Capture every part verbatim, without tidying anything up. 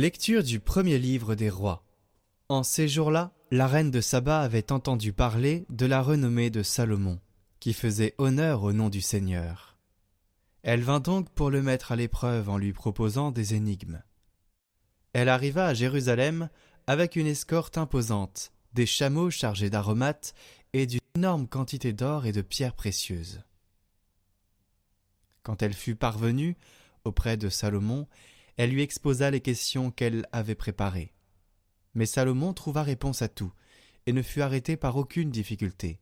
Lecture du premier livre des rois. En ces jours-là, la reine de Saba avait entendu parler de la renommée de Salomon, qui faisait honneur au nom du Seigneur. Elle vint donc pour le mettre à l'épreuve en lui proposant des énigmes. Elle arriva à Jérusalem avec une escorte imposante, des chameaux chargés d'aromates et d'une énorme quantité d'or et de pierres précieuses. Quand elle fut parvenue auprès de Salomon, elle lui exposa les questions qu'elle avait préparées. Mais Salomon trouva réponse à tout, et ne fut arrêté par aucune difficulté.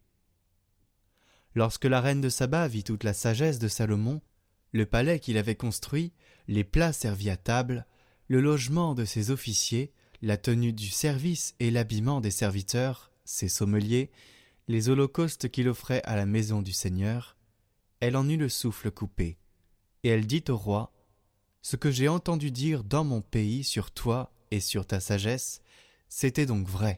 Lorsque la reine de Saba vit toute la sagesse de Salomon, le palais qu'il avait construit, les plats servis à table, le logement de ses officiers, la tenue du service et l'habillement des serviteurs, ses sommeliers, les holocaustes qu'il offrait à la maison du Seigneur, elle en eut le souffle coupé, et elle dit au roi: « Ce que j'ai entendu dire dans mon pays sur toi et sur ta sagesse, c'était donc vrai.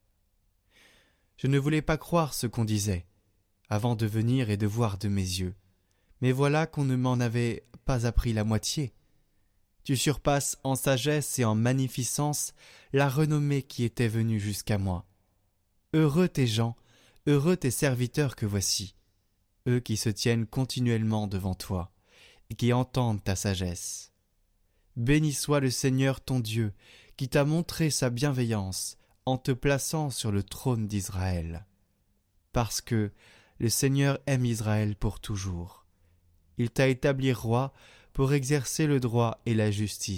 Je ne voulais pas croire ce qu'on disait, avant de venir et de voir de mes yeux, mais voilà qu'on ne m'en avait pas appris la moitié. Tu surpasses en sagesse et en magnificence la renommée qui était venue jusqu'à moi. Heureux tes gens, heureux tes serviteurs que voici, eux qui se tiennent continuellement devant toi et qui entendent ta sagesse. Béni soit le Seigneur ton Dieu, qui t'a montré sa bienveillance en te plaçant sur le trône d'Israël. Parce que le Seigneur aime Israël pour toujours. Il t'a établi roi pour exercer le droit et la justice. »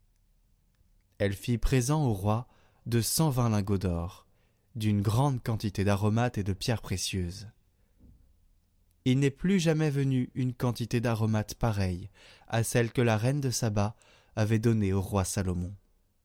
Elle fit présent au roi de cent vingt lingots d'or, d'une grande quantité d'aromates et de pierres précieuses. Il n'est plus jamais venu une quantité d'aromates pareille à celle que la reine de Saba avait donnée au roi Salomon.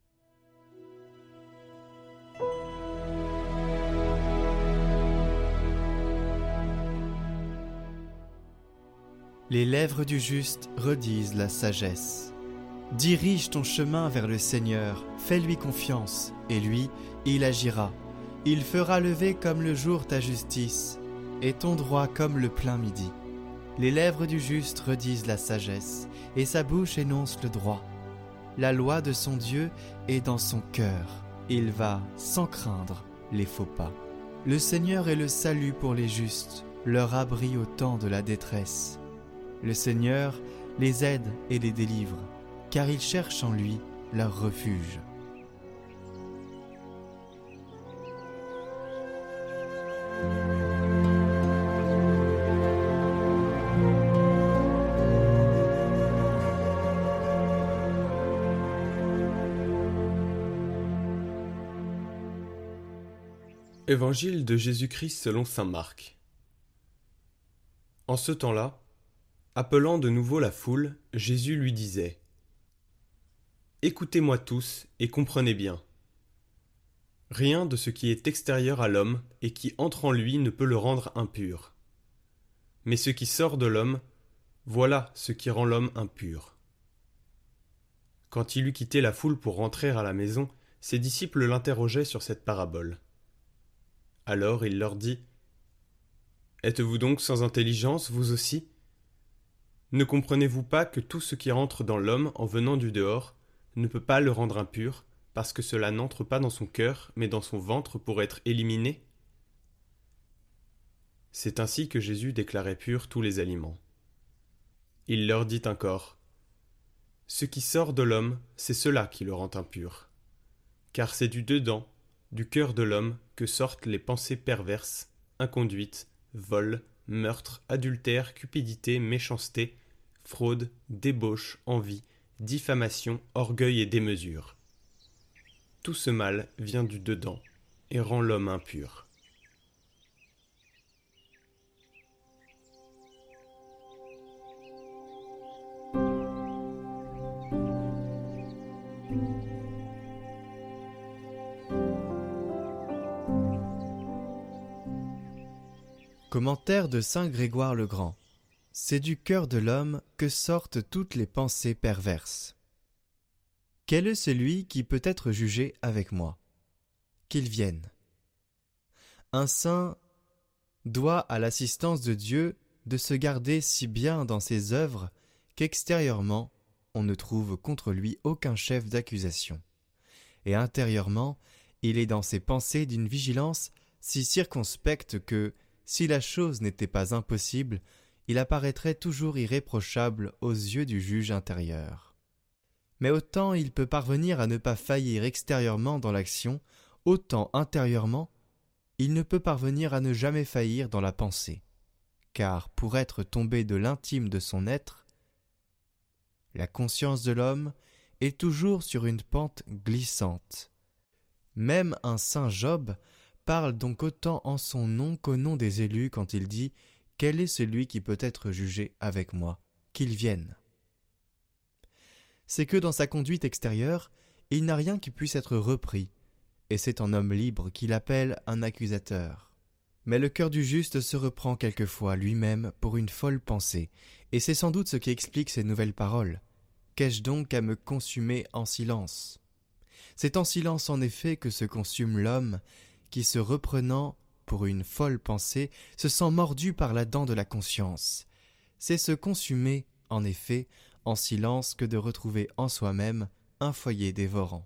Les lèvres du juste redisent la sagesse. Dirige ton chemin vers le Seigneur, fais-lui confiance, et lui, il agira. Il fera lever comme le jour ta justice, et ton droit comme le plein midi. Les lèvres du juste redisent la sagesse, et sa bouche énonce le droit. La loi de son Dieu est dans son cœur. Il va, sans craindre, les faux pas. Le Seigneur est le salut pour les justes, leur abri au temps de la détresse. Le Seigneur les aide et les délivre, car ils cherchent en lui leur refuge. Évangile de Jésus-Christ selon saint Marc. En ce temps-là, appelant de nouveau la foule, Jésus lui disait : « Écoutez-moi tous et comprenez bien. Rien de ce qui est extérieur à l'homme et qui entre en lui ne peut le rendre impur. Mais ce qui sort de l'homme, voilà ce qui rend l'homme impur. » Quand il eut quitté la foule pour rentrer à la maison, ses disciples l'interrogeaient sur cette parabole. Alors il leur dit : « Êtes-vous donc sans intelligence, vous aussi ? Ne comprenez-vous pas que tout ce qui rentre dans l'homme en venant du dehors ne peut pas le rendre impur, parce que cela n'entre pas dans son cœur, mais dans son ventre pour être éliminé ? » C'est ainsi que Jésus déclarait purs tous les aliments. Il leur dit encore : « Ce qui sort de l'homme, c'est cela qui le rend impur. Car c'est du dedans, du cœur de l'homme, que sortent les pensées perverses, inconduites, vol, meurtre, adultère, cupidité, méchanceté, fraude, débauche, envie, diffamation, orgueil et démesure. Tout ce mal vient du dedans et rend l'homme impur. » Commentaire de saint Grégoire le Grand. C'est du cœur de l'homme que sortent toutes les pensées perverses. Quel est celui qui peut être jugé avec moi ? Qu'il vienne. Un saint doit à l'assistance de Dieu de se garder si bien dans ses œuvres qu'extérieurement on ne trouve contre lui aucun chef d'accusation. Et intérieurement, il est dans ses pensées d'une vigilance si circonspecte que, si la chose n'était pas impossible, il apparaîtrait toujours irréprochable aux yeux du juge intérieur. Mais autant il peut parvenir à ne pas faillir extérieurement dans l'action, autant intérieurement, il ne peut parvenir à ne jamais faillir dans la pensée. Car pour être tombé de l'intime de son être, la conscience de l'homme est toujours sur une pente glissante. Même un saint Job parle donc autant en son nom qu'au nom des élus quand il dit « Quel est celui qui peut être jugé avec moi ? Qu'il vienne !» C'est que dans sa conduite extérieure, il n'a rien qui puisse être repris, et c'est en homme libre qu'il appelle un accusateur. Mais le cœur du juste se reprend quelquefois lui-même pour une folle pensée, et c'est sans doute ce qui explique ces nouvelles paroles. Qu'ai-je donc à me consumer en silence ? C'est en silence en effet que se consume l'homme, qui se reprenant pour une folle pensée, se sent mordu par la dent de la conscience. C'est se consumer, en effet, en silence que de retrouver en soi-même un foyer dévorant.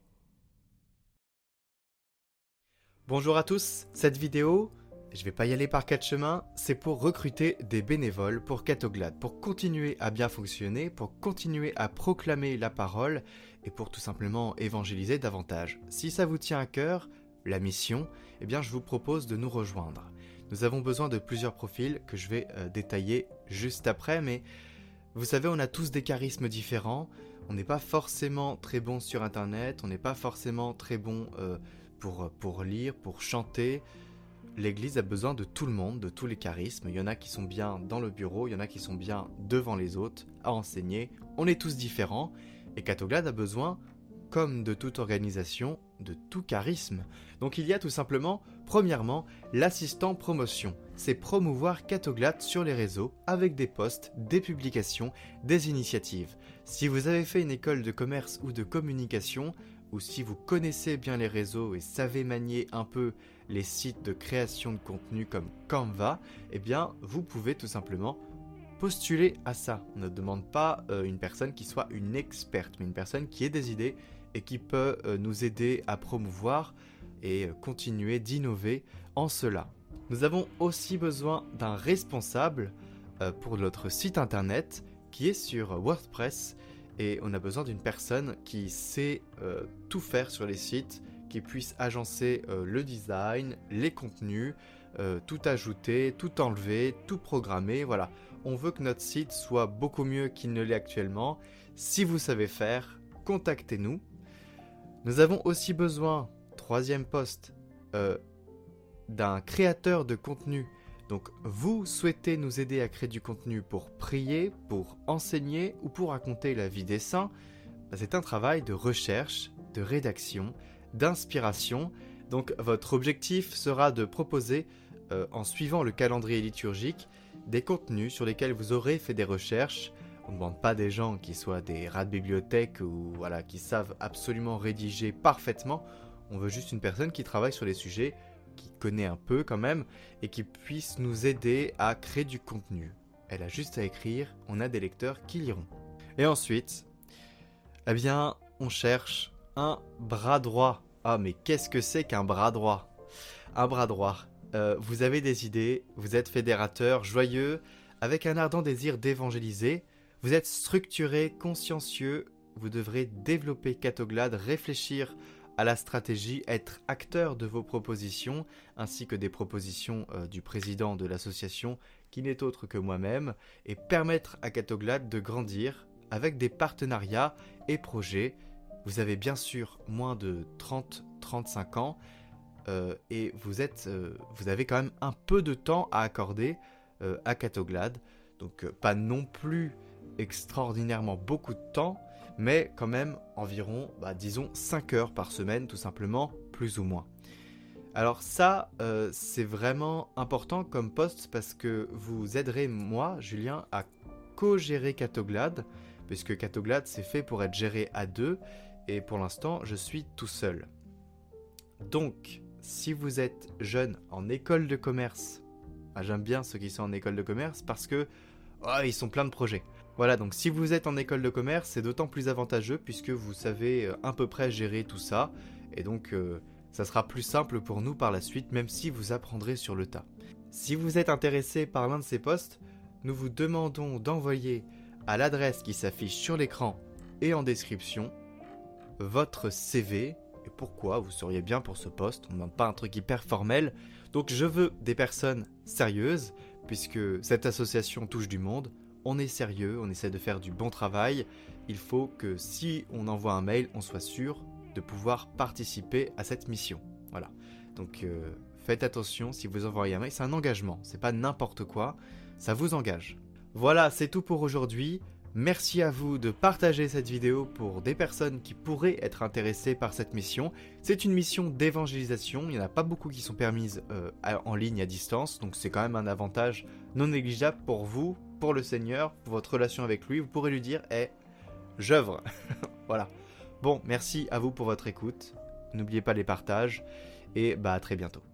Bonjour à tous, cette vidéo, je ne vais pas y aller par quatre chemins, c'est pour recruter des bénévoles pour Catoglade, pour continuer à bien fonctionner, pour continuer à proclamer la parole et pour tout simplement évangéliser davantage. Si ça vous tient à cœur, la mission, eh bien je vous propose de nous rejoindre. Nous avons besoin de plusieurs profils que je vais euh, détailler juste après, mais vous savez, on a tous des charismes différents, on n'est pas forcément très bon sur internet, on n'est pas forcément très bon euh, pour, pour lire, pour chanter. L'Église a besoin de tout le monde, de tous les charismes. Il y en a qui sont bien dans le bureau, il y en a qui sont bien devant les autres, à enseigner. On est tous différents et Catoglade a besoin, comme de toute organisation, de tout charisme. Donc il y a tout simplement, premièrement, l'assistant promotion. C'est promouvoir Catoglade sur les réseaux avec des posts, des publications, des initiatives. Si vous avez fait une école de commerce ou de communication, ou si vous connaissez bien les réseaux et savez manier un peu les sites de création de contenu comme Canva, eh bien vous pouvez tout simplement postuler à ça. On ne demande pas euh, une personne qui soit une experte, mais une personne qui ait des idées et qui peut euh, nous aider à promouvoir et euh, continuer d'innover en cela. Nous avons aussi besoin d'un responsable euh, pour notre site internet qui est sur WordPress et on a besoin d'une personne qui sait euh, tout faire sur les sites, qui puisse agencer euh, le design, les contenus, euh, tout ajouter, tout enlever, tout programmer, voilà. On veut que notre site soit beaucoup mieux qu'il ne l'est actuellement. Si vous savez faire, contactez-nous. Nous avons aussi besoin, troisième poste, euh, d'un créateur de contenu. Donc vous souhaitez nous aider à créer du contenu pour prier, pour enseigner ou pour raconter la vie des saints. C'est un travail de recherche, de rédaction, d'inspiration. Donc votre objectif sera de proposer, euh, en suivant le calendrier liturgique, des contenus sur lesquels vous aurez fait des recherches. On ne demande pas des gens qui soient des rats de bibliothèque ou voilà, qui savent absolument rédiger parfaitement. On veut juste une personne qui travaille sur les sujets, qui connaît un peu quand même, et qui puisse nous aider à créer du contenu. Elle a juste à écrire, on a des lecteurs qui liront. Et ensuite, eh bien, on cherche un bras droit. Ah, mais qu'est-ce que c'est qu'un bras droit ? Un bras droit. Euh, vous avez des idées, vous êtes fédérateur, joyeux, avec un ardent désir d'évangéliser, vous êtes structuré, consciencieux, vous devrez développer Catoglade, réfléchir à la stratégie, être acteur de vos propositions, ainsi que des propositions euh, du président de l'association, qui n'est autre que moi-même, et permettre à Catoglade de grandir avec des partenariats et projets. Vous avez bien sûr moins de trente à trente-cinq ans, euh, et vous, êtes, euh, vous avez quand même un peu de temps à accorder euh, à Catoglade, donc euh, pas non plus extraordinairement beaucoup de temps, mais quand même environ, bah, disons, cinq heures par semaine, tout simplement, plus ou moins. Alors ça, euh, c'est vraiment important comme poste parce que vous aiderez moi, Julien, à co-gérer Catoglade, puisque Catoglade, c'est fait pour être géré à deux, et pour l'instant, je suis tout seul. Donc, si vous êtes jeune en école de commerce, bah, j'aime bien ceux qui sont en école de commerce parce que oh, ils sont pleins de projets. Voilà, donc si vous êtes en école de commerce, c'est d'autant plus avantageux puisque vous savez euh, à peu près gérer tout ça. Et donc, euh, ça sera plus simple pour nous par la suite, même si vous apprendrez sur le tas. Si vous êtes intéressé par l'un de ces postes, nous vous demandons d'envoyer à l'adresse qui s'affiche sur l'écran et en description votre C V et pourquoi vous seriez bien pour ce poste. On ne demande pas un truc hyper formel. Donc je veux des personnes sérieuses puisque cette association touche du monde. On est sérieux, on essaie de faire du bon travail. Il faut que si on envoie un mail, on soit sûr de pouvoir participer à cette mission. Voilà. Donc euh, faites attention si vous envoyez un mail, c'est un engagement, c'est pas n'importe quoi, ça vous engage. Voilà, c'est tout pour aujourd'hui. Merci à vous de partager cette vidéo pour des personnes qui pourraient être intéressées par cette mission. C'est une mission d'évangélisation, il n'y en a pas beaucoup qui sont permises euh, en ligne à distance, donc c'est quand même un avantage non négligeable pour vous, pour le Seigneur, pour votre relation avec lui. Vous pourrez lui dire « Eh, j'œuvre !» Voilà. Bon, merci à vous pour votre écoute. N'oubliez pas les partages et bah à très bientôt.